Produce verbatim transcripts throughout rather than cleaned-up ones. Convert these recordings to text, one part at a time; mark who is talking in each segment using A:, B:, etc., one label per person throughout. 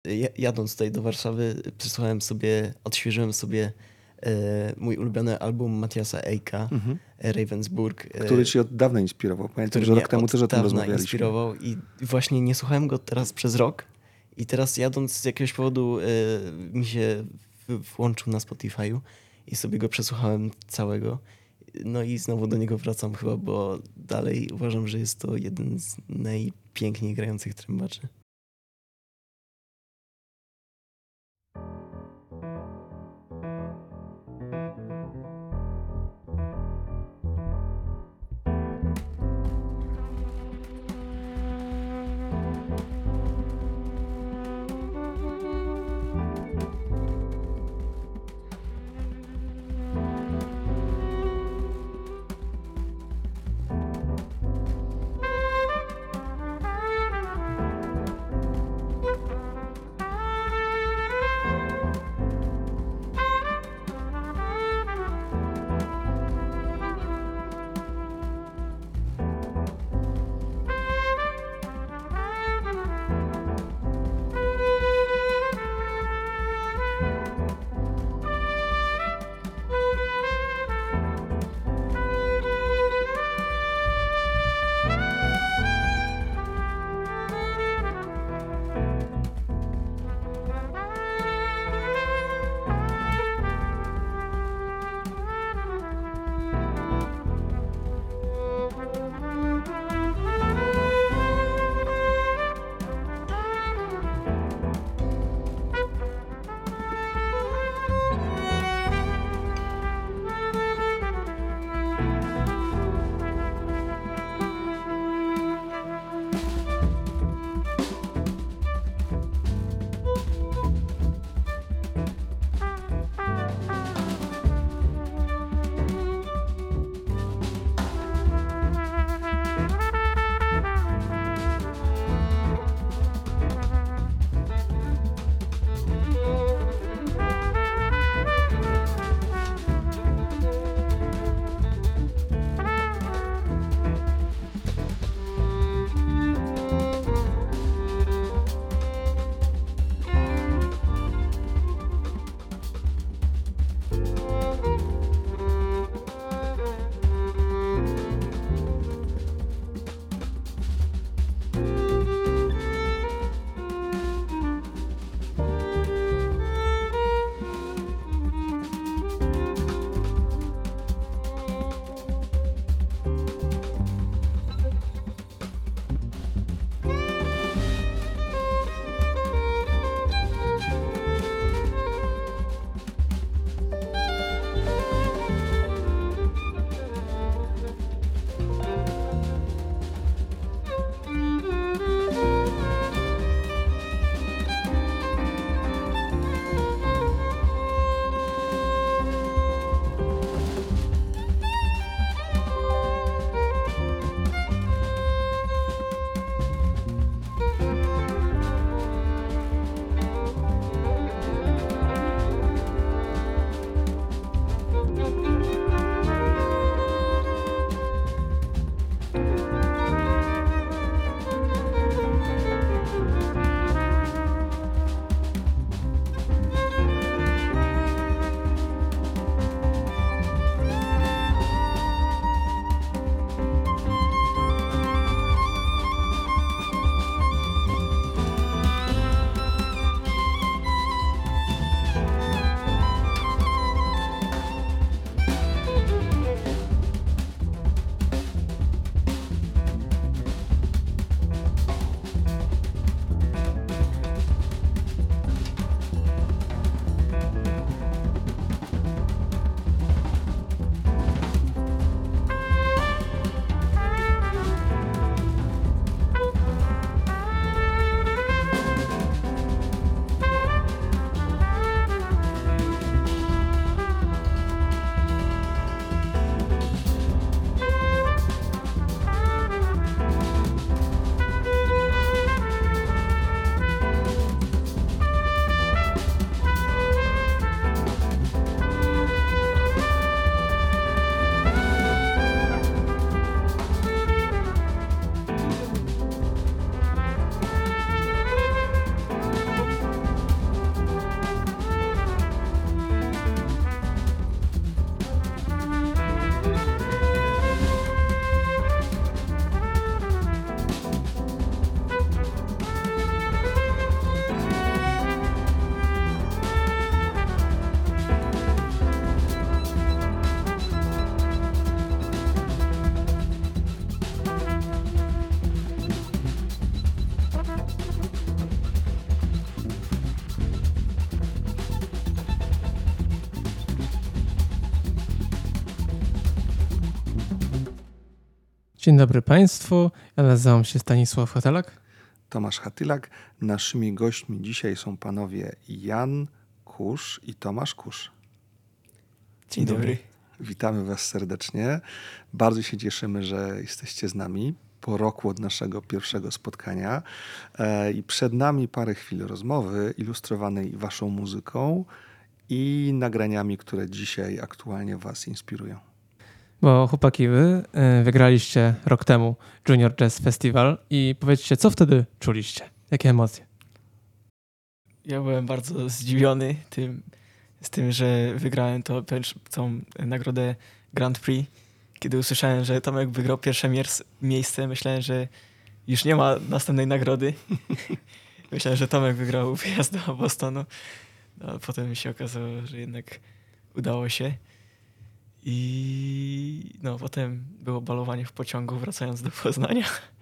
A: jadąc tutaj do Warszawy, przysłałem sobie, odświeżyłem sobie e, mój ulubiony album Matiasa Ejka, mhm. Ravensburg.
B: Który ci od dawna inspirował. Pamiętam,
A: który
B: że rok temu też o tym rozmawialiśmy.
A: inspirował i właśnie nie słuchałem go teraz przez rok i teraz jadąc z jakiegoś powodu e, mi się włączył na Spotify'u i sobie go przesłuchałem całego. No i znowu do niego wracam chyba, bo dalej uważam, że jest to jeden z najpiękniej grających trębaczy.
C: Dzień dobry Państwu, ja nazywam się Stanisław Hotelak.
B: Tomasz Hatylak. Naszymi gośćmi dzisiaj są panowie Jan Kusz i Tomasz Kusz.
A: Dzień dobry.
B: Witamy Was serdecznie. Bardzo się cieszymy, że jesteście z nami po roku od naszego pierwszego spotkania. I przed nami parę chwil rozmowy ilustrowanej Waszą muzyką i nagraniami, które dzisiaj aktualnie Was inspirują.
C: Bo chłopaki, wy wygraliście rok temu Junior Jazz Festival i powiedzcie, co wtedy czuliście? Jakie emocje?
D: Ja byłem bardzo zdziwiony tym, z tym, że wygrałem to, tą nagrodę Grand Prix. Kiedy usłyszałem, że Tomek wygrał pierwsze miejsce, myślałem, że już nie ma następnej nagrody. Myślałem, że Tomek wygrał wyjazd do Bostonu. No, potem się okazało, że jednak udało się. I no, potem było balowanie w pociągu, wracając do Poznania.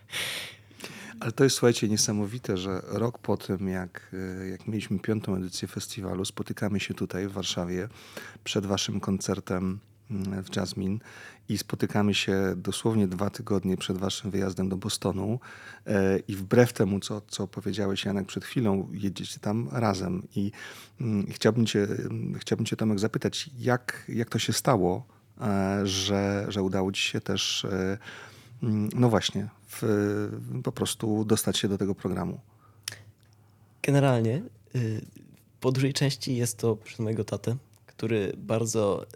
B: Ale to jest, słuchajcie, niesamowite, że rok po tym, jak, jak mieliśmy piątą edycję festiwalu, spotykamy się tutaj w Warszawie przed waszym koncertem w Jasmine i spotykamy się dosłownie dwa tygodnie przed waszym wyjazdem do Bostonu i wbrew temu, co, co powiedziałeś, Janek, przed chwilą, jedziecie tam razem i chciałbym cię, chciałbym cię Tomek zapytać, jak, jak to się stało, że, że udało ci się też no właśnie w, po prostu dostać się do tego programu?
A: Generalnie po dużej części jest to przez mojego tatę, który bardzo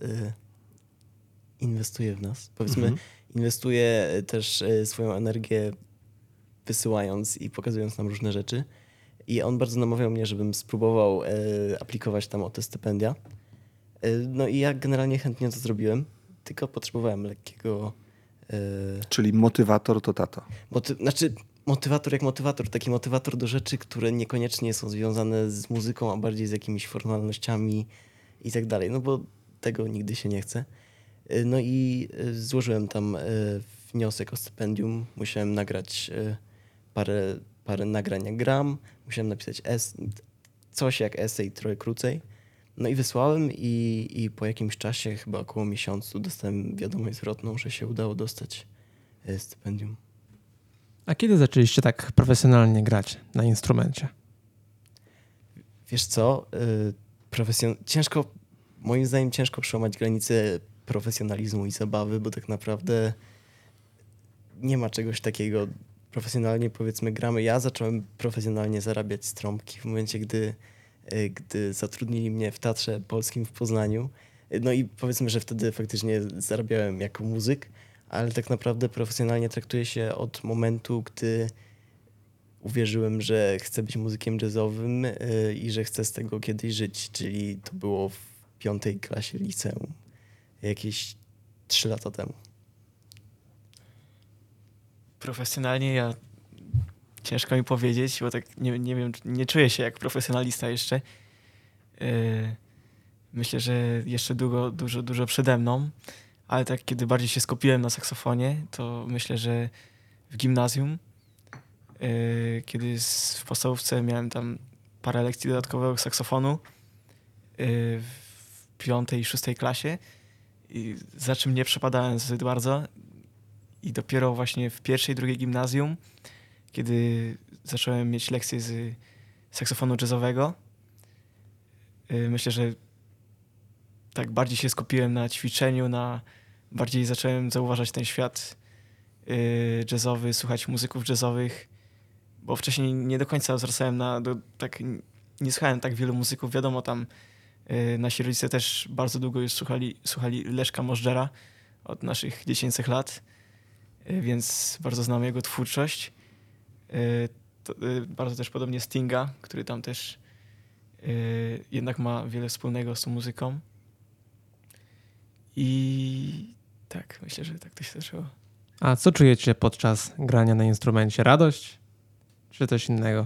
A: inwestuje w nas. Powiedzmy, mhm. inwestuje też swoją energię wysyłając i pokazując nam różne rzeczy. I on bardzo namawiał mnie, żebym spróbował aplikować tam o te stypendia. No i ja generalnie chętnie to zrobiłem, tylko potrzebowałem lekkiego...
B: Czyli motywator to tato.
A: Moty- znaczy motywator jak motywator. Taki motywator do rzeczy, które niekoniecznie są związane z muzyką, a bardziej z jakimiś formalnościami i tak dalej. No bo tego nigdy się nie chce. No i złożyłem tam wniosek o stypendium. Musiałem nagrać parę, parę nagrań jak gram. Musiałem napisać es- coś jak esej, trochę krócej. No i wysłałem i, i po jakimś czasie, chyba około miesiącu, dostałem wiadomość zwrotną, że się udało dostać stypendium.
C: A kiedy zaczęliście tak profesjonalnie grać na instrumencie?
A: Wiesz co, profesjon- ciężko, moim zdaniem ciężko przełamać granicę profesjonalizmu i zabawy, bo tak naprawdę nie ma czegoś takiego. Profesjonalnie powiedzmy gramy. Ja zacząłem profesjonalnie zarabiać z trąbki w momencie, gdy gdy zatrudnili mnie w Teatrze Polskim w Poznaniu. No i powiedzmy, że wtedy faktycznie zarabiałem jako muzyk, ale tak naprawdę profesjonalnie traktuję się od momentu, gdy uwierzyłem, że chcę być muzykiem jazzowym i że chcę z tego kiedyś żyć, czyli to było w piątej klasie liceum, jakieś trzy lata temu.
D: Profesjonalnie ja ciężko mi powiedzieć, bo tak nie, nie wiem, nie czuję się jak profesjonalista jeszcze. Yy, myślę, że jeszcze długo, dużo, dużo przede mną, ale tak kiedy bardziej się skupiłem na saksofonie, to myślę, że w gimnazjum, yy, kiedy w podstawówce miałem tam parę lekcji dodatkowego saksofonu yy, w piątej i szóstej klasie, i za czym nie przepadałem zbyt bardzo i dopiero właśnie w pierwszej, drugiej gimnazjum, kiedy zacząłem mieć lekcje z saksofonu jazzowego, myślę, że tak bardziej się skupiłem na ćwiczeniu, na bardziej zacząłem zauważać ten świat jazzowy, słuchać muzyków jazzowych, bo wcześniej nie do końca zwracałem na, do, tak, nie słuchałem tak wielu muzyków. Wiadomo, tam nasi rodzice też bardzo długo już słuchali, słuchali Leszka Możdżera od naszych dziecięcych lat, więc bardzo znam jego twórczość. To, bardzo też podobnie Stinga, który tam też y, jednak ma wiele wspólnego z tą muzyką. I tak, myślę, że tak to się zaczęło.
C: A co czujecie podczas grania na instrumencie? Radość czy coś innego?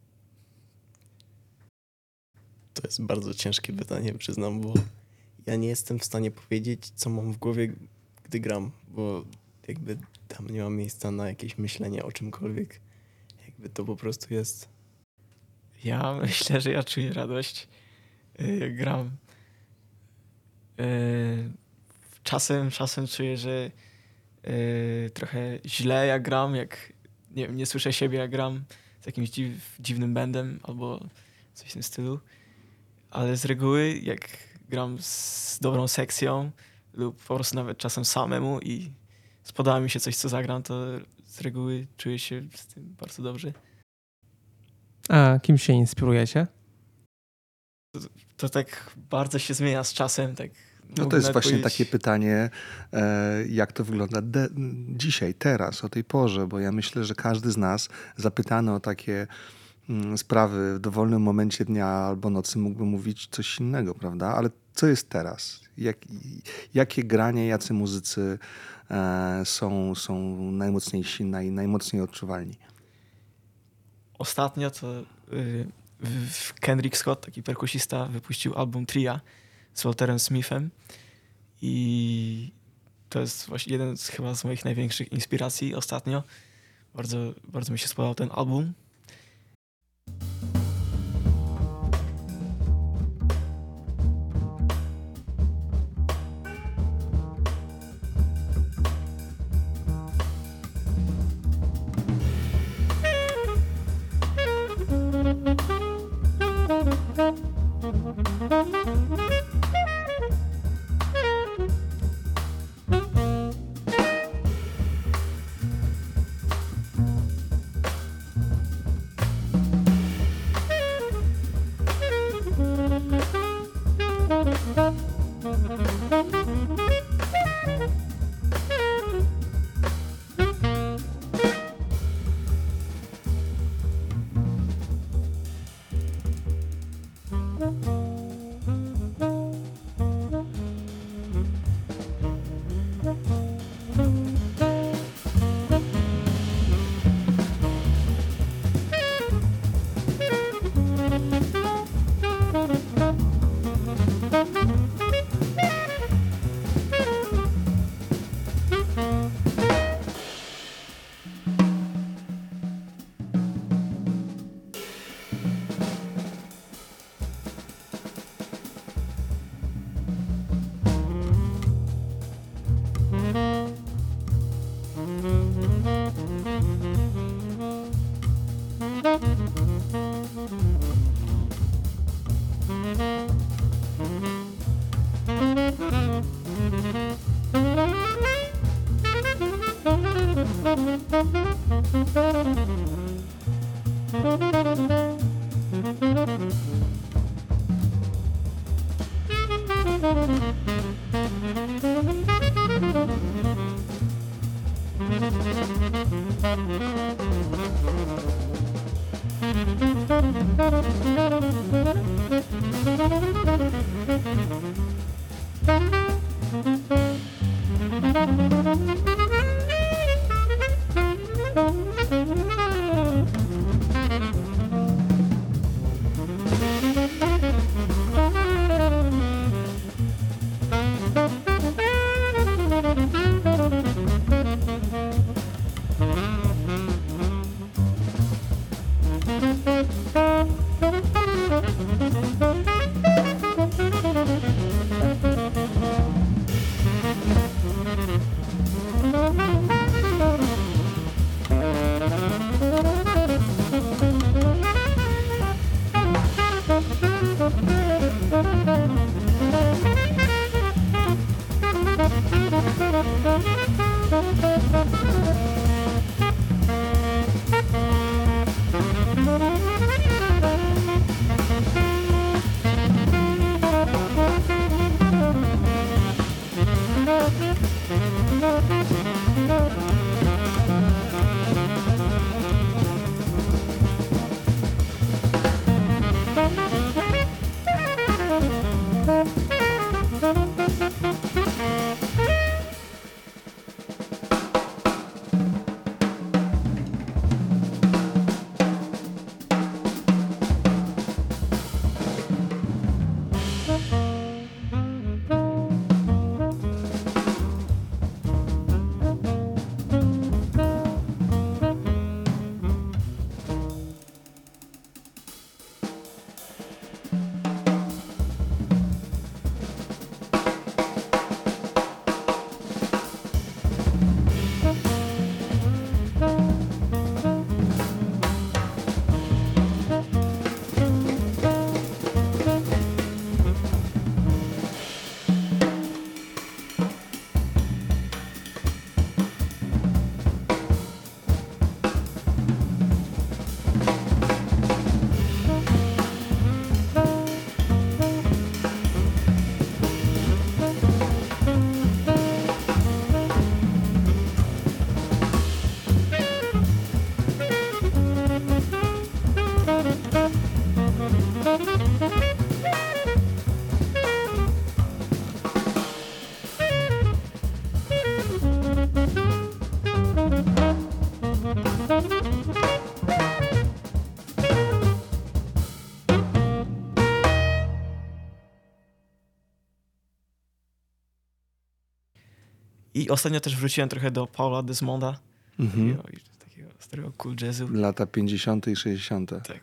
A: To jest bardzo ciężkie pytanie, przyznam, bo ja nie jestem w stanie powiedzieć, co mam w głowie, gdy gram, bo jakby tam nie ma miejsca na jakieś myślenie o czymkolwiek. Jakby to po prostu jest.
D: Ja myślę, że ja czuję radość, jak gram. Czasem, czasem czuję, że yy, trochę źle jak gram, jak nie, wiem, nie słyszę siebie jak gram z jakimś dziw, dziwnym bandem albo coś w tym stylu. Ale z reguły jak gram z dobrą sekcją lub po prostu nawet czasem samemu i spodoba mi się coś, co zagram, to z reguły czuję się z tym bardzo dobrze.
C: A kim się inspirujecie?
D: To tak bardzo się zmienia z czasem. Tak
B: No to jest właśnie takie pytanie, e, jak to wygląda de- dzisiaj, teraz, o tej porze, bo ja myślę, że każdy z nas zapytany o takie mm, sprawy w dowolnym momencie dnia albo nocy mógłby mówić coś innego, prawda? Ale co jest teraz? Jak, jakie granie, jacy muzycy e, są, są najmocniejsi, naj, najmocniej odczuwalni?
D: Ostatnio to y, w Kendrick Scott, taki perkusista, wypuścił album Tria z Walterem Smithem i to jest właśnie jeden z chyba z moich największych inspiracji ostatnio. Bardzo, bardzo mi się spodobał ten album. I ostatnio też wróciłem trochę do Paula Desmonda,
B: Mhm.
D: takiego, takiego starego cool jazzu.
B: Lata pięćdziesiąte i sześćdziesiąte.
D: Tak.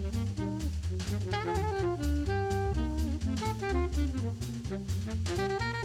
E: Thank you.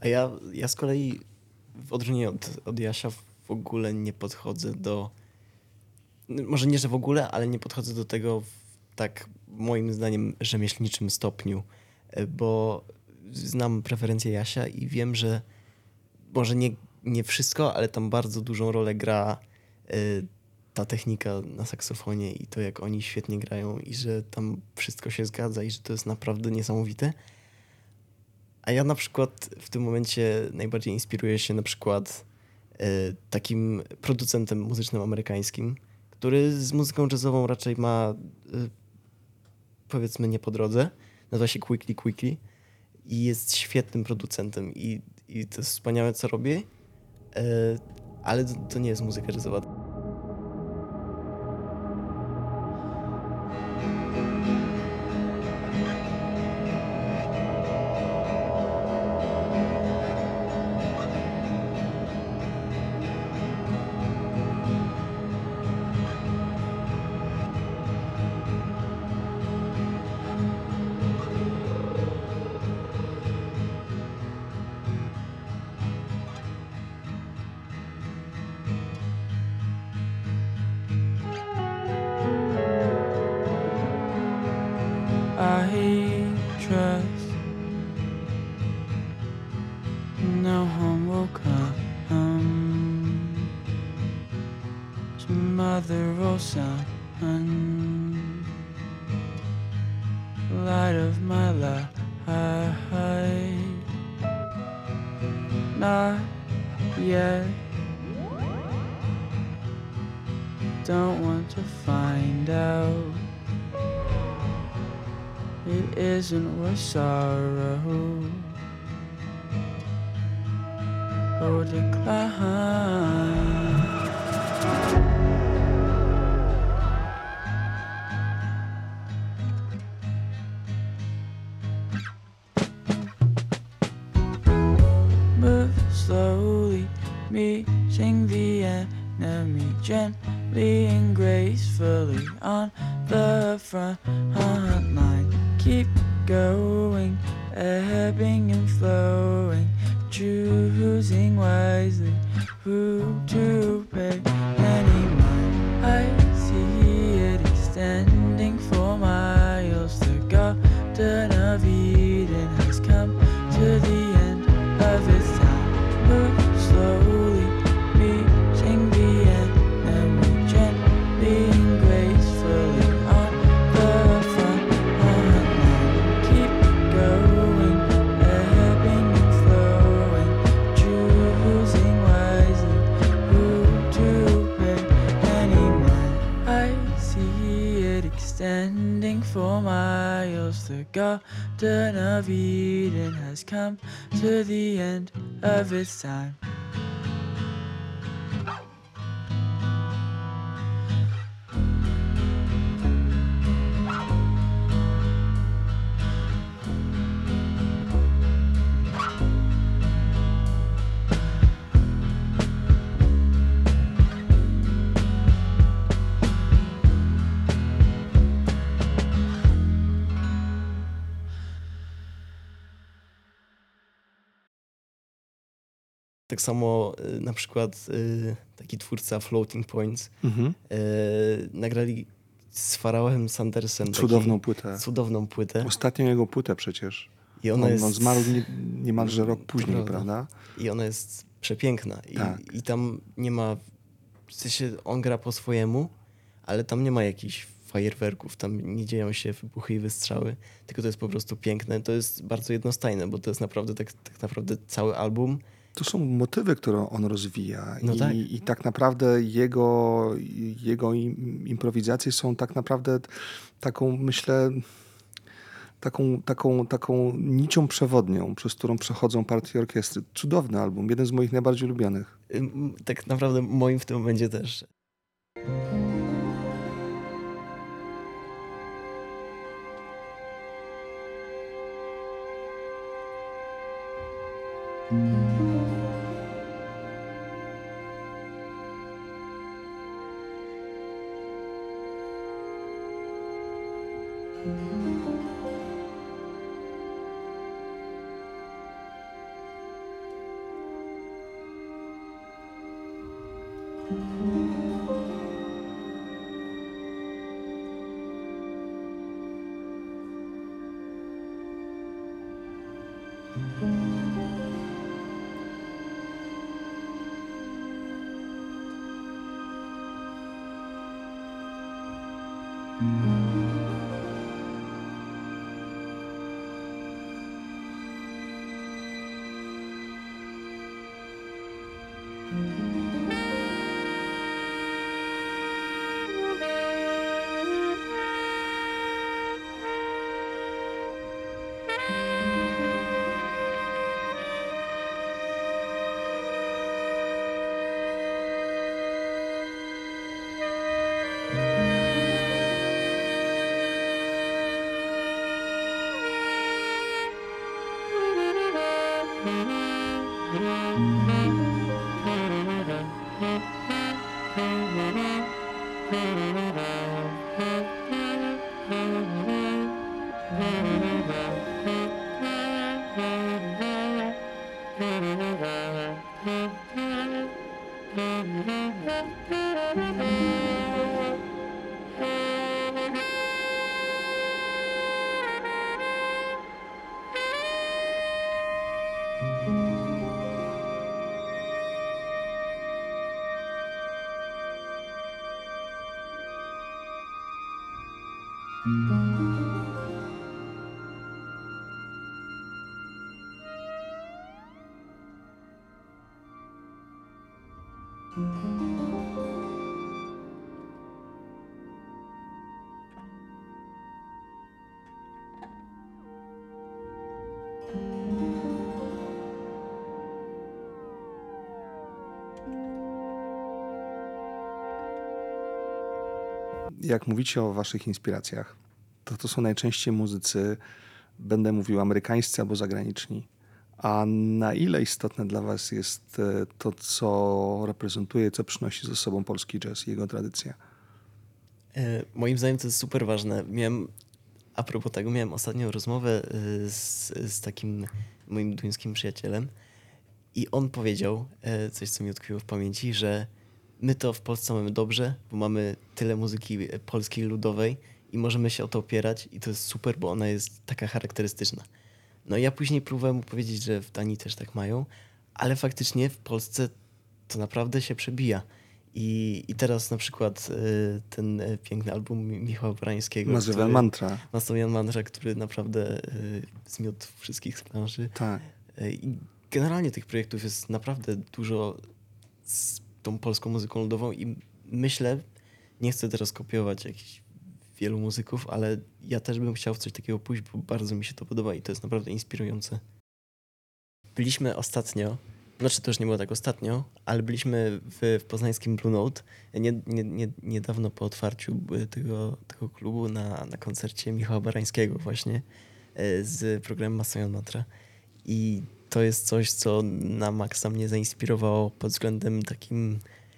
A: A ja, ja z kolei w odróżnieniu od, od Jasia w ogóle nie podchodzę do... no, może nie, że w ogóle, ale nie podchodzę do tego w tak moim zdaniem rzemieślniczym stopniu, e, bo znam preferencje Jasia i wiem, że może nie, nie wszystko, ale tam bardzo dużą rolę gra e, ta technika na saksofonie i to, jak oni świetnie grają i że tam wszystko się zgadza i że to jest naprawdę niesamowite. A ja na przykład w tym momencie najbardziej inspiruję się na przykład e, takim producentem muzycznym amerykańskim, który z muzyką jazzową raczej ma e, powiedzmy nie po drodze. Nazywa się Quickly Quickly i jest świetnym producentem i, i to jest wspaniałe, co robi, e, ale to, to nie jest muzyka jazzowa.
E: I trust no harm will come to mother or son, light of my life. Not yet. Don't want to find out. It isn't worth sorrow or decline. Move slowly, meeting the enemy gently and gracefully on the front line. Keep going, ebbing and flowing, choosing wisely who to pay any mind. I see it extending for miles. The Garden of Eden has come to the end of its time. Move slowly, meeting the enemy gently and gracefully on the front line. Keep going, ebbing and flowing, choosing wisely who to pay any mind. I see it extending for miles. The Garden of Eden has come to the end of its time.
A: Tak samo y, na przykład y, taki twórca Floating Points
B: Mhm.
A: y, nagrali z Pharrellem Sandersem
B: Cudowną
A: taki,
B: płytę.
A: cudowną płytę.
B: Ostatnią jego płytę przecież.
A: I ona
B: On,
A: jest,
B: on zmarł nie, niemalże rok
A: To
B: później,
A: prawda.
B: prawda?
A: I ona jest przepiękna. I,
B: Tak.
A: I tam nie ma... W sensie on gra po swojemu, ale tam nie ma jakichś fajerwerków, tam nie dzieją się wybuchy i wystrzały, tylko to jest po prostu piękne. To jest bardzo jednostajne, bo to jest naprawdę tak, tak naprawdę cały album.
B: To są motywy, które on rozwija
A: No
B: I,
A: tak.
B: i tak naprawdę jego, jego im- improwizacje są tak naprawdę taką, myślę, taką, taką, taką nicią przewodnią, przez którą przechodzą partie orkiestry. Cudowny album, jeden z moich najbardziej ulubionych.
A: Ym, Tak naprawdę moim w tym momencie też.
B: Jak mówicie o waszych inspiracjach, to to są najczęściej muzycy, będę mówił, amerykańscy albo zagraniczni. A na ile istotne dla was jest e, to, co reprezentuje, co przynosi ze sobą polski jazz i jego tradycja?
A: E, Moim zdaniem to jest super ważne. Miałem, a propos tego, miałem ostatnią rozmowę e, z, z takim moim duńskim przyjacielem i on powiedział e, coś, co mi utkwiło w pamięci, że my to w Polsce mamy dobrze, bo mamy tyle muzyki polskiej ludowej i możemy się o to opierać i to jest super, bo ona jest taka charakterystyczna. No ja później próbowałem mu powiedzieć, że w Danii też tak mają, ale faktycznie w Polsce to naprawdę się przebija. I, i teraz na przykład y, ten y, piękny album Michała Barańskiego.
B: Nazywa Mantra.
A: Nastawian Mantra, który naprawdę y, zmiótł wszystkich z planszy.
B: Tak.
A: Y, I generalnie tych projektów jest naprawdę dużo z tą polską muzyką ludową i myślę, nie chcę teraz kopiować jakichś wielu muzyków, ale ja też bym chciał w coś takiego pójść, bo bardzo mi się to podoba i to jest naprawdę inspirujące. Byliśmy ostatnio, znaczy to już nie było tak ostatnio, ale byliśmy w, w poznańskim Blue Note nie, nie, nie, niedawno po otwarciu tego, tego klubu na, na koncercie Michała Barańskiego właśnie z programem Nastawian Mantra. I to jest coś, co na maksa mnie zainspirowało pod względem takim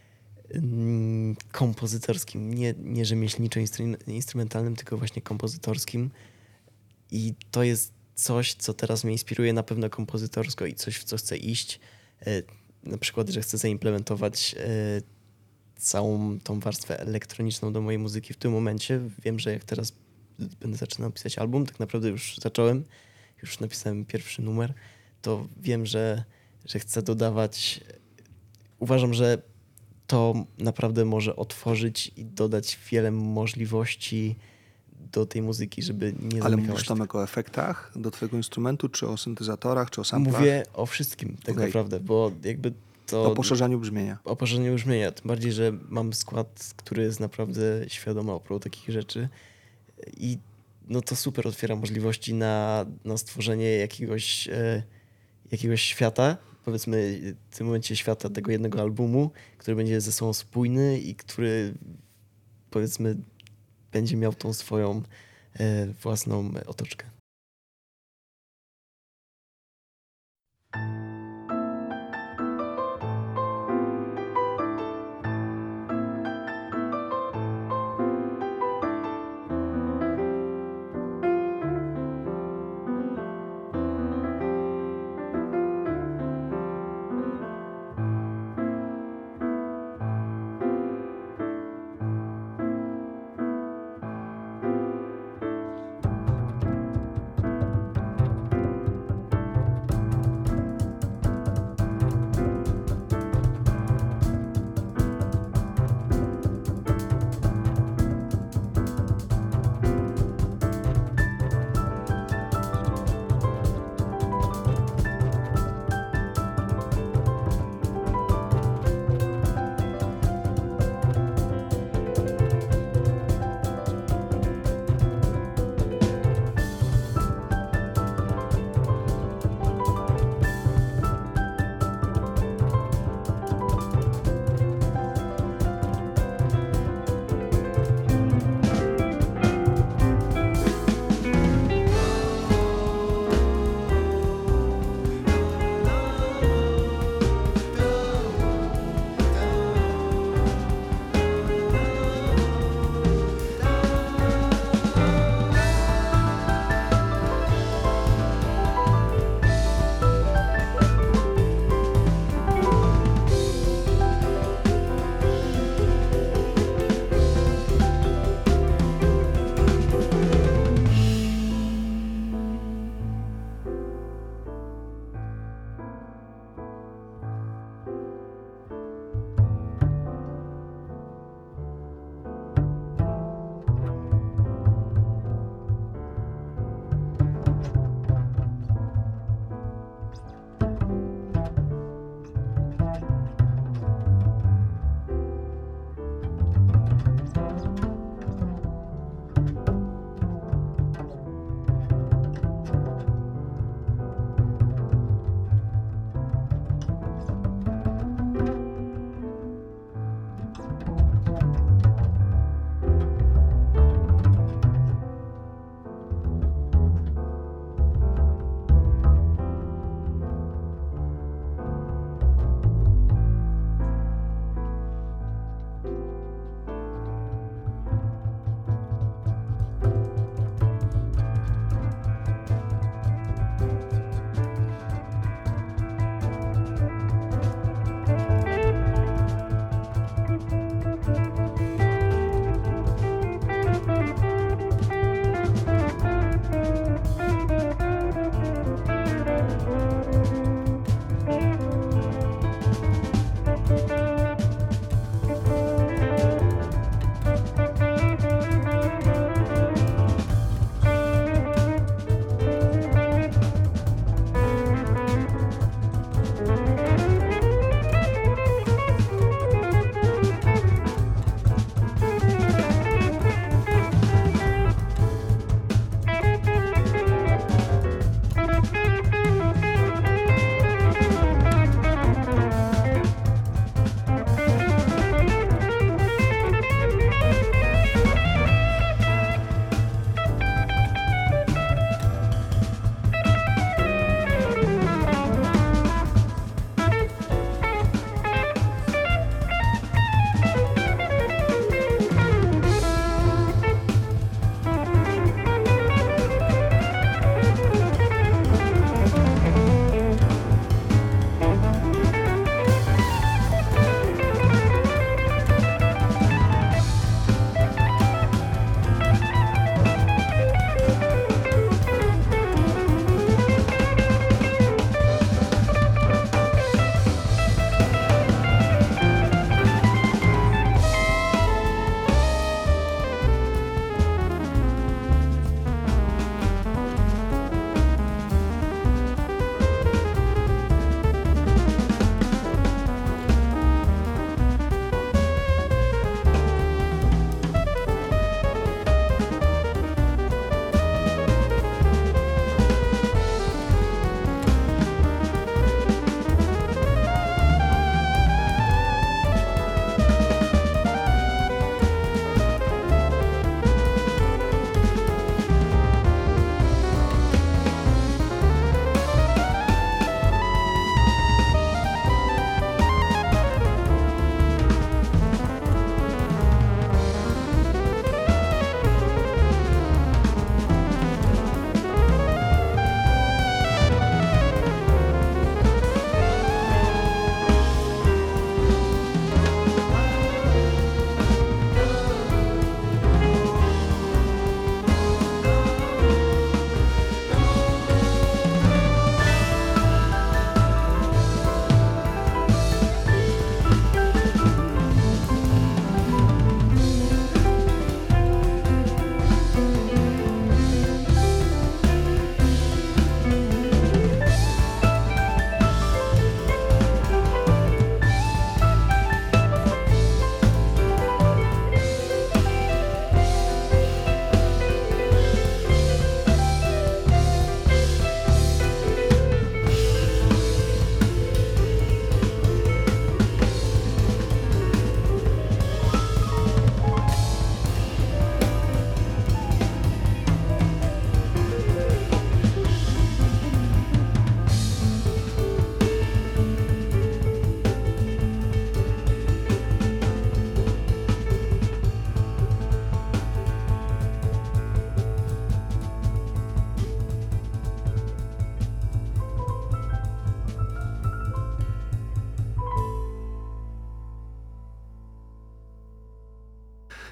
A: mm, kompozytorskim, nie, nie rzemieślniczo-instrumentalnym, tylko właśnie kompozytorskim. I to jest coś, co teraz mnie inspiruje na pewno kompozytorsko i coś, w co chcę iść. E, na przykład, że chcę zaimplementować e, całą tą warstwę elektroniczną do mojej muzyki w tym momencie. Wiem, że jak teraz będę zaczynał pisać album, tak naprawdę już zacząłem, już napisałem pierwszy numer, to wiem, że, że chcę dodawać. Uważam, że to naprawdę może otworzyć i dodać wiele możliwości do tej muzyki, żeby nie
B: Ale
A: zamykała
B: mówisz
A: się
B: Tomek o efektach do twojego instrumentu, czy o syntezatorach, czy o samplach?
A: Mówię o wszystkim tak
B: Okej.
A: naprawdę, bo jakby to...
B: O poszerzaniu brzmienia.
A: O poszerzaniu brzmienia. Tym bardziej, że mam skład, który jest naprawdę świadomy a propos takich rzeczy i no to super otwiera możliwości na, na stworzenie jakiegoś, e, jakiegoś świata, powiedzmy w tym momencie świata tego jednego albumu, który będzie ze sobą spójny i który powiedzmy będzie miał tą swoją e, własną otoczkę.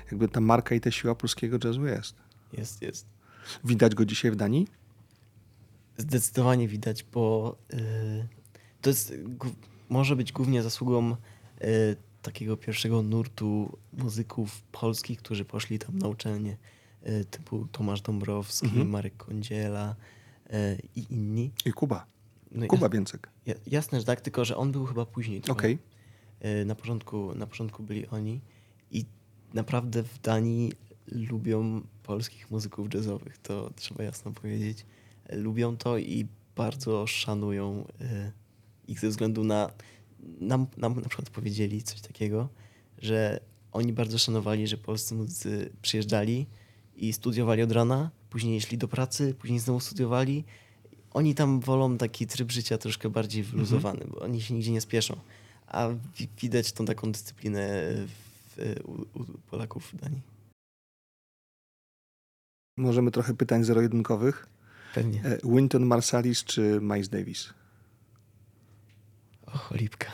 B: jakby ta marka i ta siła polskiego jazzu jest.
A: Jest, jest.
B: Widać go dzisiaj w Danii?
A: Zdecydowanie widać, bo y, to jest, gó- może być głównie zasługą y, takiego pierwszego nurtu muzyków polskich, którzy poszli tam na uczelnię, y, typu Tomasz Dąbrowski,
B: Mhm.
A: Marek Kądziela y, i inni.
B: I Kuba.
A: No,
B: Kuba
A: jas-
B: Więcek.
A: ja, jasne, że tak, tylko że on był chyba później. trochę.
B: Okej.
A: Y, Na początku, na początku byli oni i naprawdę w Danii lubią polskich muzyków jazzowych, to trzeba jasno powiedzieć. Y, Lubią to i bardzo szanują y, ich ze względu na... Nam, nam na przykład powiedzieli coś takiego, że oni bardzo szanowali, że polscy muzycy przyjeżdżali i studiowali od rana, później szli do pracy, później znowu studiowali. Oni tam wolą taki tryb życia troszkę bardziej wyluzowany, bo oni się nigdzie nie spieszą. A wi- widać tą taką dyscyplinę w, u, u Polaków w Danii.
B: Możemy trochę pytań zero-jedynkowych.
A: Pewnie.
B: E, Wynton Marsalis czy Miles Davis?
A: O, cholipka.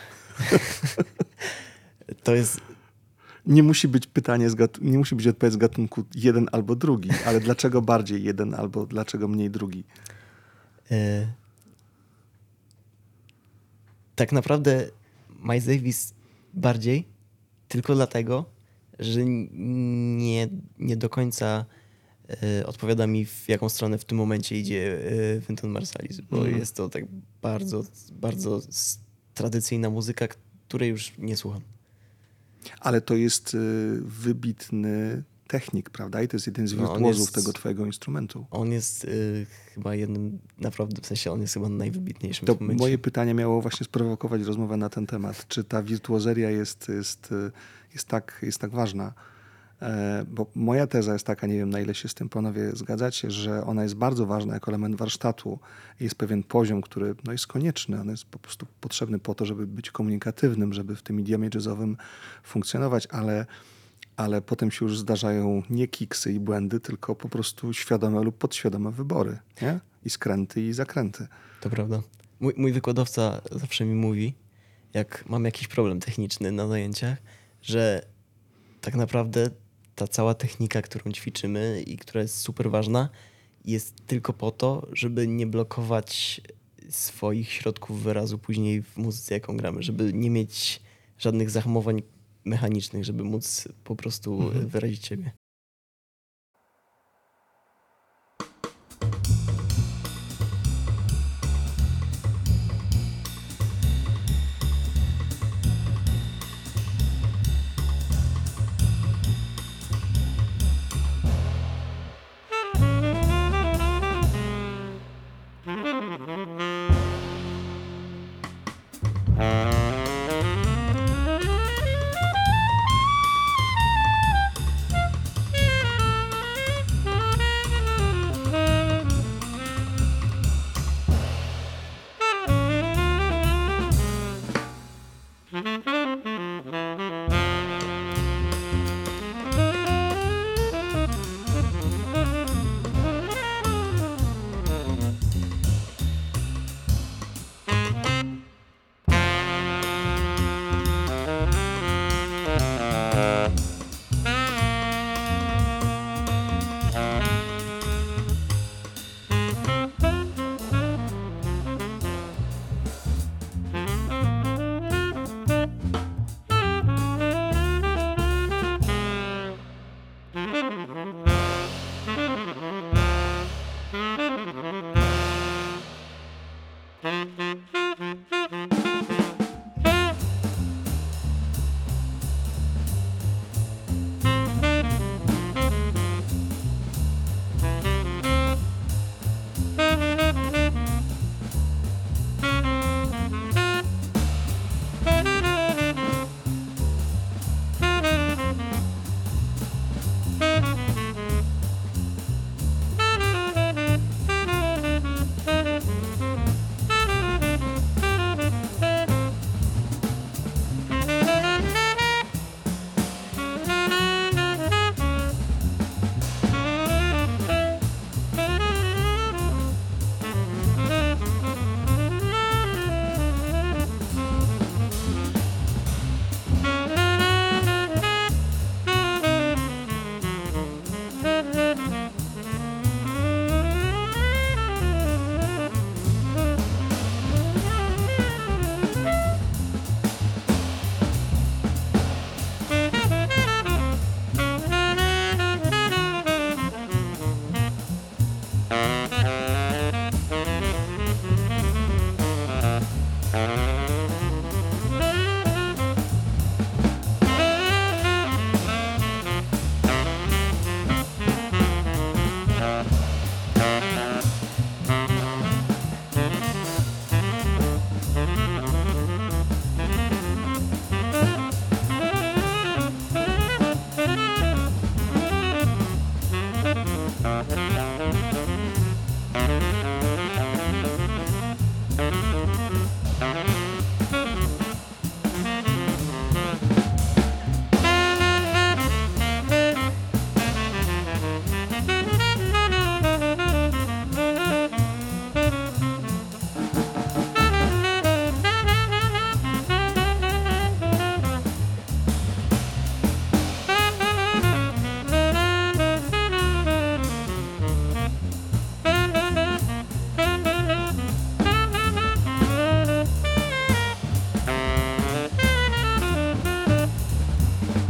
A: To jest...
B: Nie musi być pytanie, z gat- nie musi być odpowiedź z gatunku jeden albo drugi, ale dlaczego bardziej jeden albo dlaczego mniej drugi?
A: E, tak naprawdę Miles Davis bardziej, tylko dlatego, że nie, nie do końca e, odpowiada mi, w jaką stronę w tym momencie idzie e, Wynton Marsalis, bo
B: Mhm.
A: jest to tak bardzo, bardzo s- tradycyjna muzyka, której już nie słucham.
B: Ale to jest y, wybitny technik, prawda? I to jest jeden z
A: No, on
B: wirtuozów
A: jest-
B: tego twojego instrumentu.
A: On jest y, chyba jednym, naprawdę, w sensie on jest chyba najwybitniejszym
B: To
A: w tym momencie.
B: moje pytanie miało właśnie sprowokować rozmowę na ten temat. Czy ta wirtuozeria jest, jest, y, jest, tak, jest tak ważna? E, Bo moja teza jest taka, nie wiem na ile się z tym panowie zgadzacie, że ona jest bardzo ważna jako element warsztatu. Jest pewien poziom, który no, jest konieczny. On jest po prostu potrzebny po to, żeby być komunikatywnym, żeby w tym idiomie jazzowym funkcjonować, ale, ale potem się już zdarzają nie kiksy i błędy, tylko po prostu świadome lub podświadome wybory. Nie? I skręty, i zakręty.
A: To prawda. Mój, mój wykładowca zawsze mi mówi, jak mam jakiś problem techniczny na zajęciach, że tak naprawdę ta cała technika, którą ćwiczymy i która jest super ważna, jest tylko po to, żeby nie blokować swoich środków wyrazu później w muzyce, jaką gramy, żeby nie mieć żadnych zahamowań mechanicznych, żeby móc po prostu
B: Mhm.
A: wyrazić siebie.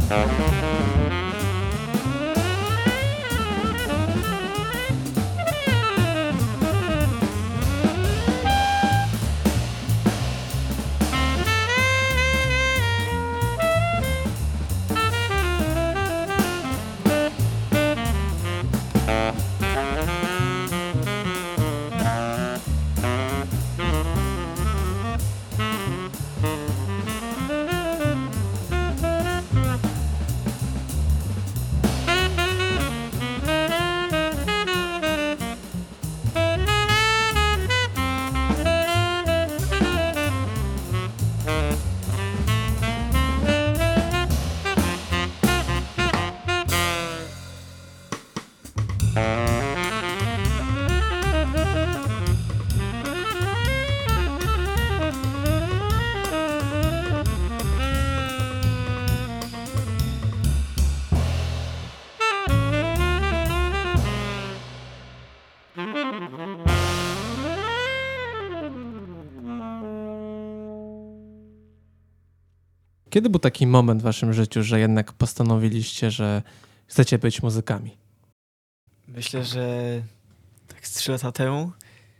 C: Kiedy był taki moment w waszym życiu, że jednak postanowiliście, że chcecie być muzykami?
D: Myślę, że tak z trzy lata temu,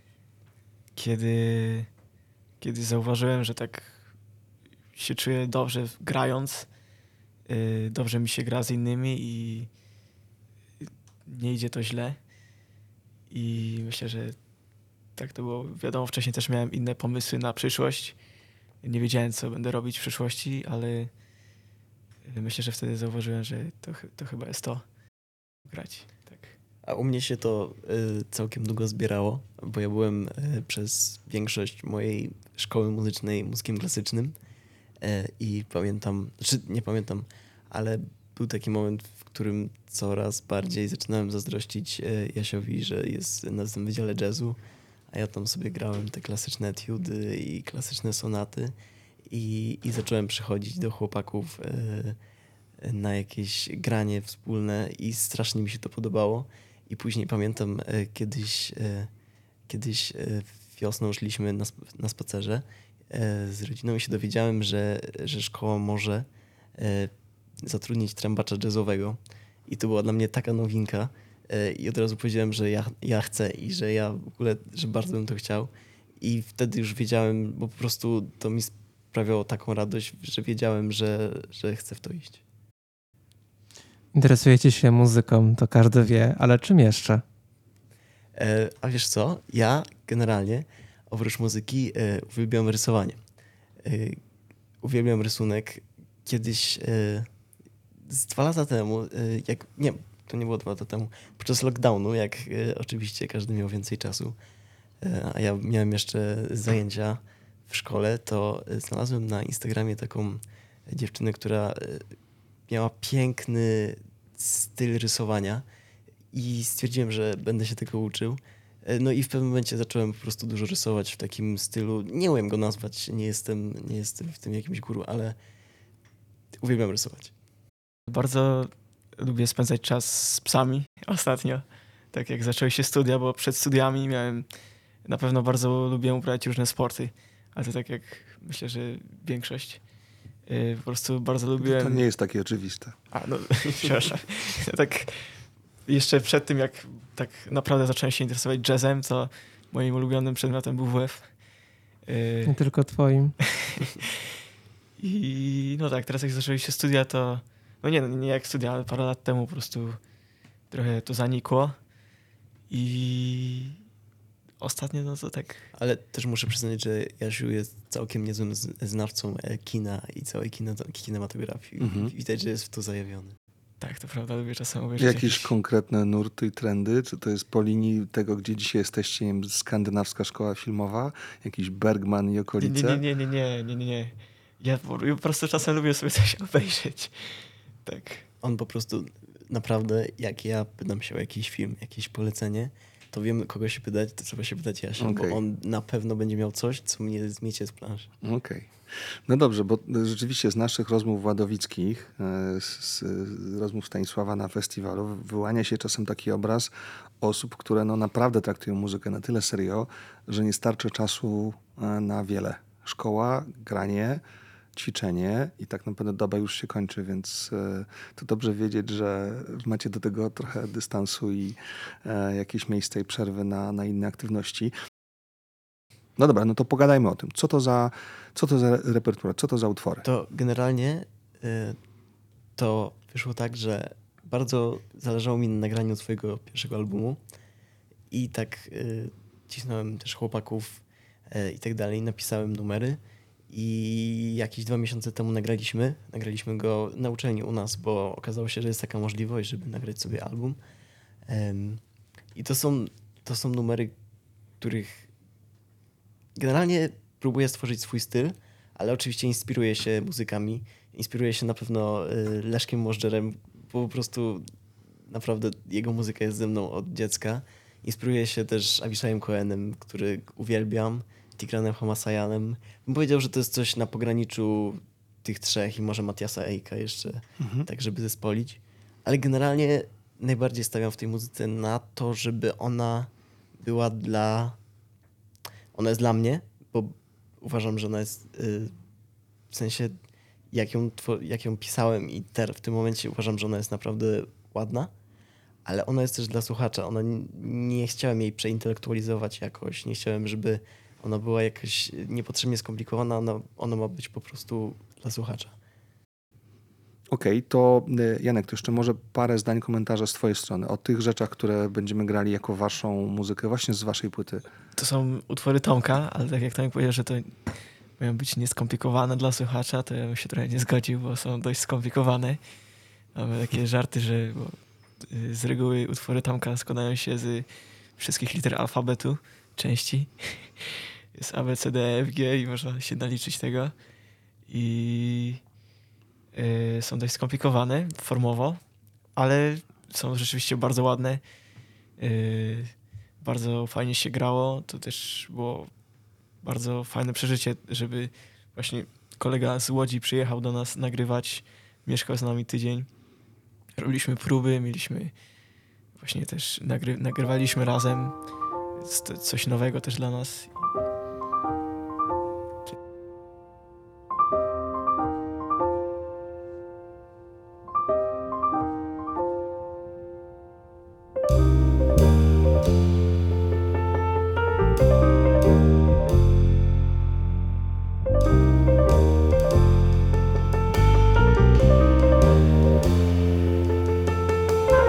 D: kiedy, kiedy zauważyłem, że tak się czuję dobrze grając, yy, dobrze mi się gra z innymi i nie idzie to źle. I myślę, że tak to było. Wiadomo, wcześniej też miałem inne pomysły na przyszłość. Nie wiedziałem, co będę robić w przyszłości, ale myślę, że wtedy zauważyłem, że to, to chyba jest to. Grać, tak.
A: A u mnie się to y, całkiem długo zbierało, bo ja byłem y, przez większość mojej szkoły muzycznej muzykiem klasycznym y, i pamiętam, znaczy nie pamiętam, ale był taki moment, w którym coraz bardziej zaczynałem zazdrościć y, Jasiowi, że jest na tym wydziale jazzu, a ja tam sobie grałem te klasyczne etiudy i klasyczne sonaty i, i zacząłem przychodzić do chłopaków y, na jakieś granie wspólne i strasznie mi się to podobało. I później pamiętam y, kiedyś, y, kiedyś y, wiosną szliśmy na, sp- na spacerze y, z rodziną i się dowiedziałem, że, że szkoła może y, zatrudnić trębacza jazzowego. I to była dla mnie taka nowinka. I od razu powiedziałem, że ja, ja chcę i że ja w ogóle, że bardzo bym to chciał. I wtedy już wiedziałem, bo po prostu to mi sprawiało taką radość, że wiedziałem, że, że chcę w to iść.
C: Interesujecie się muzyką, to każdy wie, ale czym jeszcze?
A: E, a wiesz co? Ja generalnie oprócz muzyki e, uwielbiam rysowanie. E, uwielbiam rysunek. Kiedyś e, z dwa lata temu, e, jak nie to nie było dwa lata temu, podczas lockdownu, jak e, oczywiście każdy miał więcej czasu, e, a ja miałem jeszcze zajęcia w szkole, to e, znalazłem na Instagramie taką dziewczynę, która e, miała piękny styl rysowania i stwierdziłem, że będę się tego uczył. E, no i w pewnym momencie zacząłem po prostu dużo rysować w takim stylu. Nie umiem go nazwać, nie jestem, nie jestem w tym jakimś guru, ale uwielbiam rysować.
D: Bardzo lubię spędzać czas z psami ostatnio, tak jak zaczęły się studia, bo przed studiami miałem, na pewno bardzo lubię uprawiać różne sporty, ale to tak jak myślę, że większość, yy, po prostu bardzo lubiłem...
B: To nie jest takie oczywiste.
D: A, no, przepraszam. Ja tak jeszcze przed tym, jak tak naprawdę zacząłem się interesować jazzem, to moim ulubionym przedmiotem był W F. Yy,
C: Nie tylko twoim.
D: I no tak, teraz jak zaczęły się studia, to no nie, no nie jak studia, ale parę lat temu po prostu trochę to zanikło i ostatnio no to tak...
A: Ale też muszę przyznać, że Jasiu jest całkiem niezłym z- znawcą e, kina i całej kino- kinematografii.
B: Mhm.
A: Widać, że jest w to zajawiony.
D: Tak, to prawda, lubię czasem obejrzeć
B: Jakieś
D: jakieś...
B: konkretne nurty i trendy? Czy to jest po linii tego, gdzie dzisiaj jesteście, nie wiem, skandynawska szkoła filmowa? Jakiś Bergman i
D: Nie,
B: okolice?
D: nie, nie, nie, nie, nie, nie, nie. Ja po, ja po prostu czasem lubię sobie coś obejrzeć. Tak.
A: On po prostu naprawdę, jak ja pytam się o jakiś film, jakieś polecenie, to wiem, kogo się pytać, to trzeba się pytać Jasia,
B: Okej.
A: bo on na pewno będzie miał coś, co mnie zmiecie z planszy.
B: Okej. No dobrze, bo rzeczywiście z naszych rozmów władowickich, e, z, z rozmów Stanisława na festiwalu wyłania się czasem taki obraz osób, które no naprawdę traktują muzykę na tyle serio, że nie starczy czasu e, na wiele. Szkoła, granie, ćwiczenie i tak naprawdę doba już się kończy, więc e, to dobrze wiedzieć, że macie do tego trochę dystansu i e, jakieś miejsce i przerwy na, na inne aktywności. No dobra, no to pogadajmy o tym. Co to za, co to za repertuar, co to za utwory?
A: To generalnie y, to wyszło tak, że bardzo zależało mi na nagraniu twojego pierwszego albumu i tak y, cisnąłem też chłopaków y, i tak dalej, napisałem numery i jakieś dwa miesiące temu nagraliśmy. Nagraliśmy go na uczelni u nas, bo okazało się, że jest taka możliwość, żeby nagrać sobie album. Ym, I to są, to są numery, których generalnie próbuję stworzyć swój styl, ale oczywiście inspiruję się muzykami. Inspiruję się na pewno y, Leszkiem Możdżerem, bo po prostu naprawdę jego muzyka jest ze mną od dziecka. Inspiruję się też Avishajem Cohenem, który uwielbiam, Tigranem Hamasayanem. Bym powiedział, że to jest coś na pograniczu tych trzech i może Matiasa Ejka jeszcze,
B: Mhm.
A: tak żeby zespolić. Ale generalnie najbardziej stawiam w tej muzyce na to, żeby ona była dla... Ona jest dla mnie, bo uważam, że ona jest y, w sensie jak ją, two- jak ją pisałem i ter- w tym momencie uważam, że ona jest naprawdę ładna, ale ona jest też dla słuchacza. Ona n- nie chciałem jej przeintelektualizować jakoś, nie chciałem, żeby ona była jakaś niepotrzebnie skomplikowana, ona, ona ma być po prostu dla słuchacza.
B: Okej, to y, Janek, to jeszcze może parę zdań komentarza z twojej strony o tych rzeczach, które będziemy grali jako waszą muzykę właśnie z waszej płyty.
D: To są utwory Tomka, ale tak jak Tomek powiedział, że to mają być nieskomplikowane dla słuchacza, to ja bym się trochę nie zgodził, bo są dość skomplikowane. Mamy takie żarty, że bo y, z reguły utwory Tomka składają się z wszystkich liter alfabetu, części. Jest A, B, C, D, E, F, G i można się naliczyć tego. I y, są dość skomplikowane formowo, ale są rzeczywiście bardzo ładne. Y, bardzo fajnie się grało. To też było bardzo fajne przeżycie, żeby właśnie kolega z Łodzi przyjechał do nas nagrywać, mieszkał z nami tydzień. Robiliśmy próby, mieliśmy właśnie też, nagry, nagrywaliśmy razem. Jest to coś nowego też dla nas.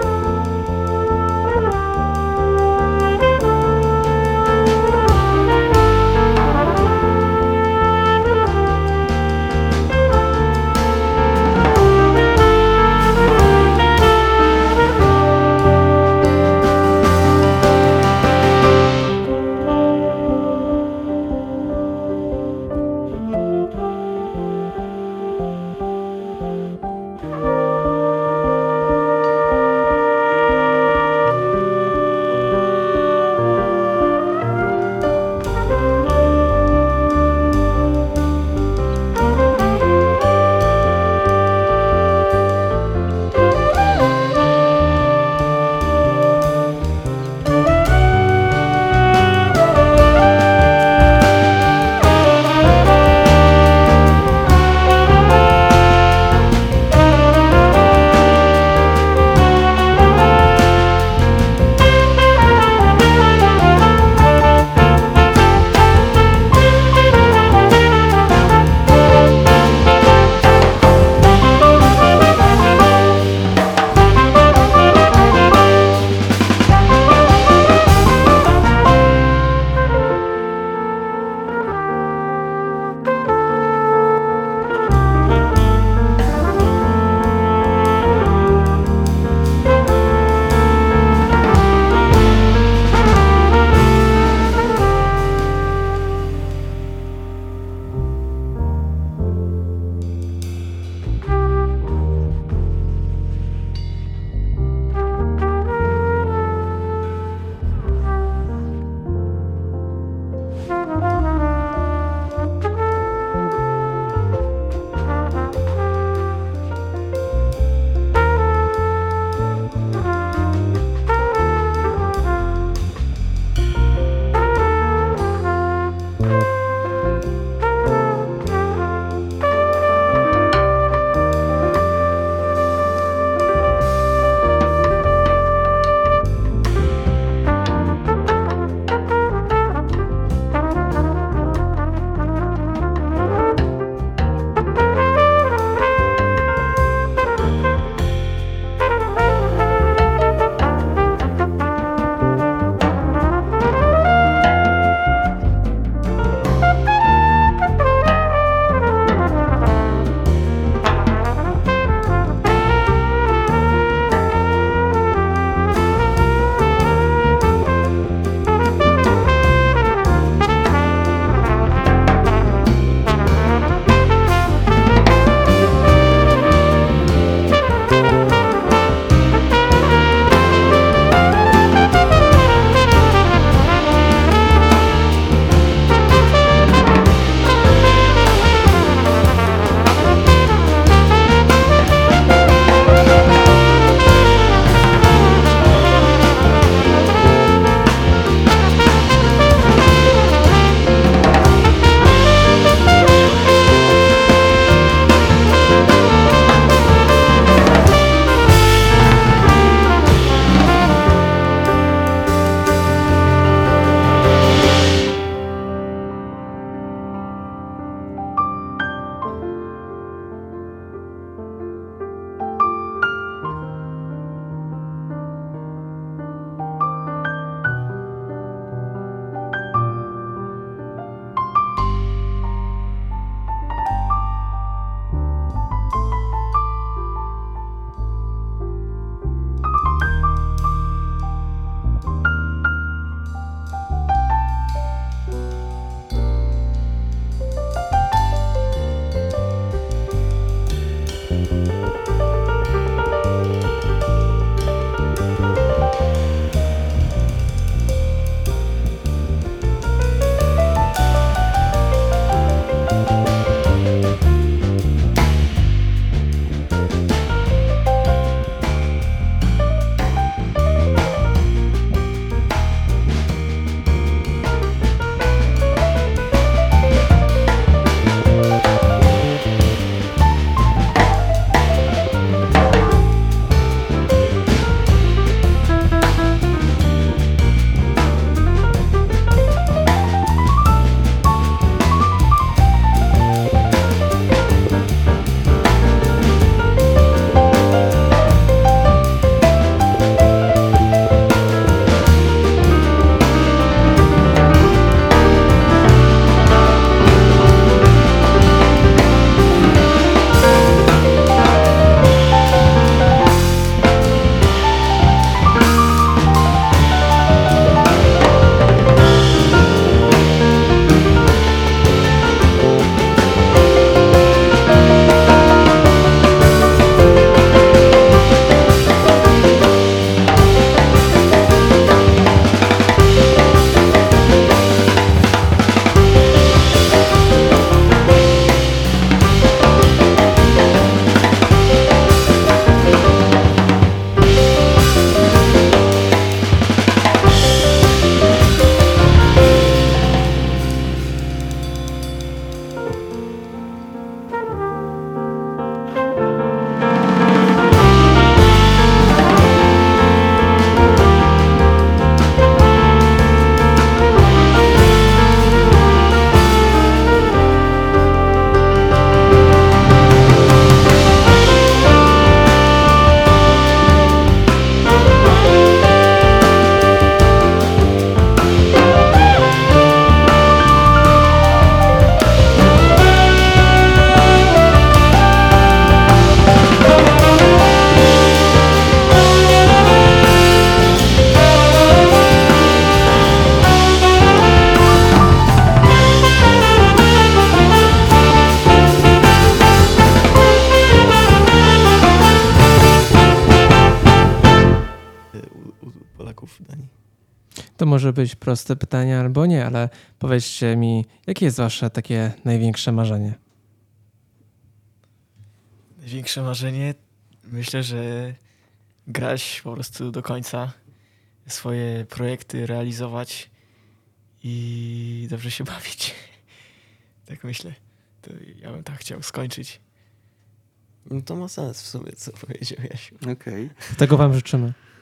E: Thank
C: To może być proste pytanie albo nie, ale powiedzcie mi, jakie jest wasze takie największe marzenie?
D: Największe marzenie, myślę, że grać po prostu do końca, swoje projekty realizować i dobrze się bawić. Tak myślę. To ja bym tak chciał skończyć.
A: No to ma sens w sumie, co powiedział Jasiu.
B: Okej.
C: Tego wam życzymy.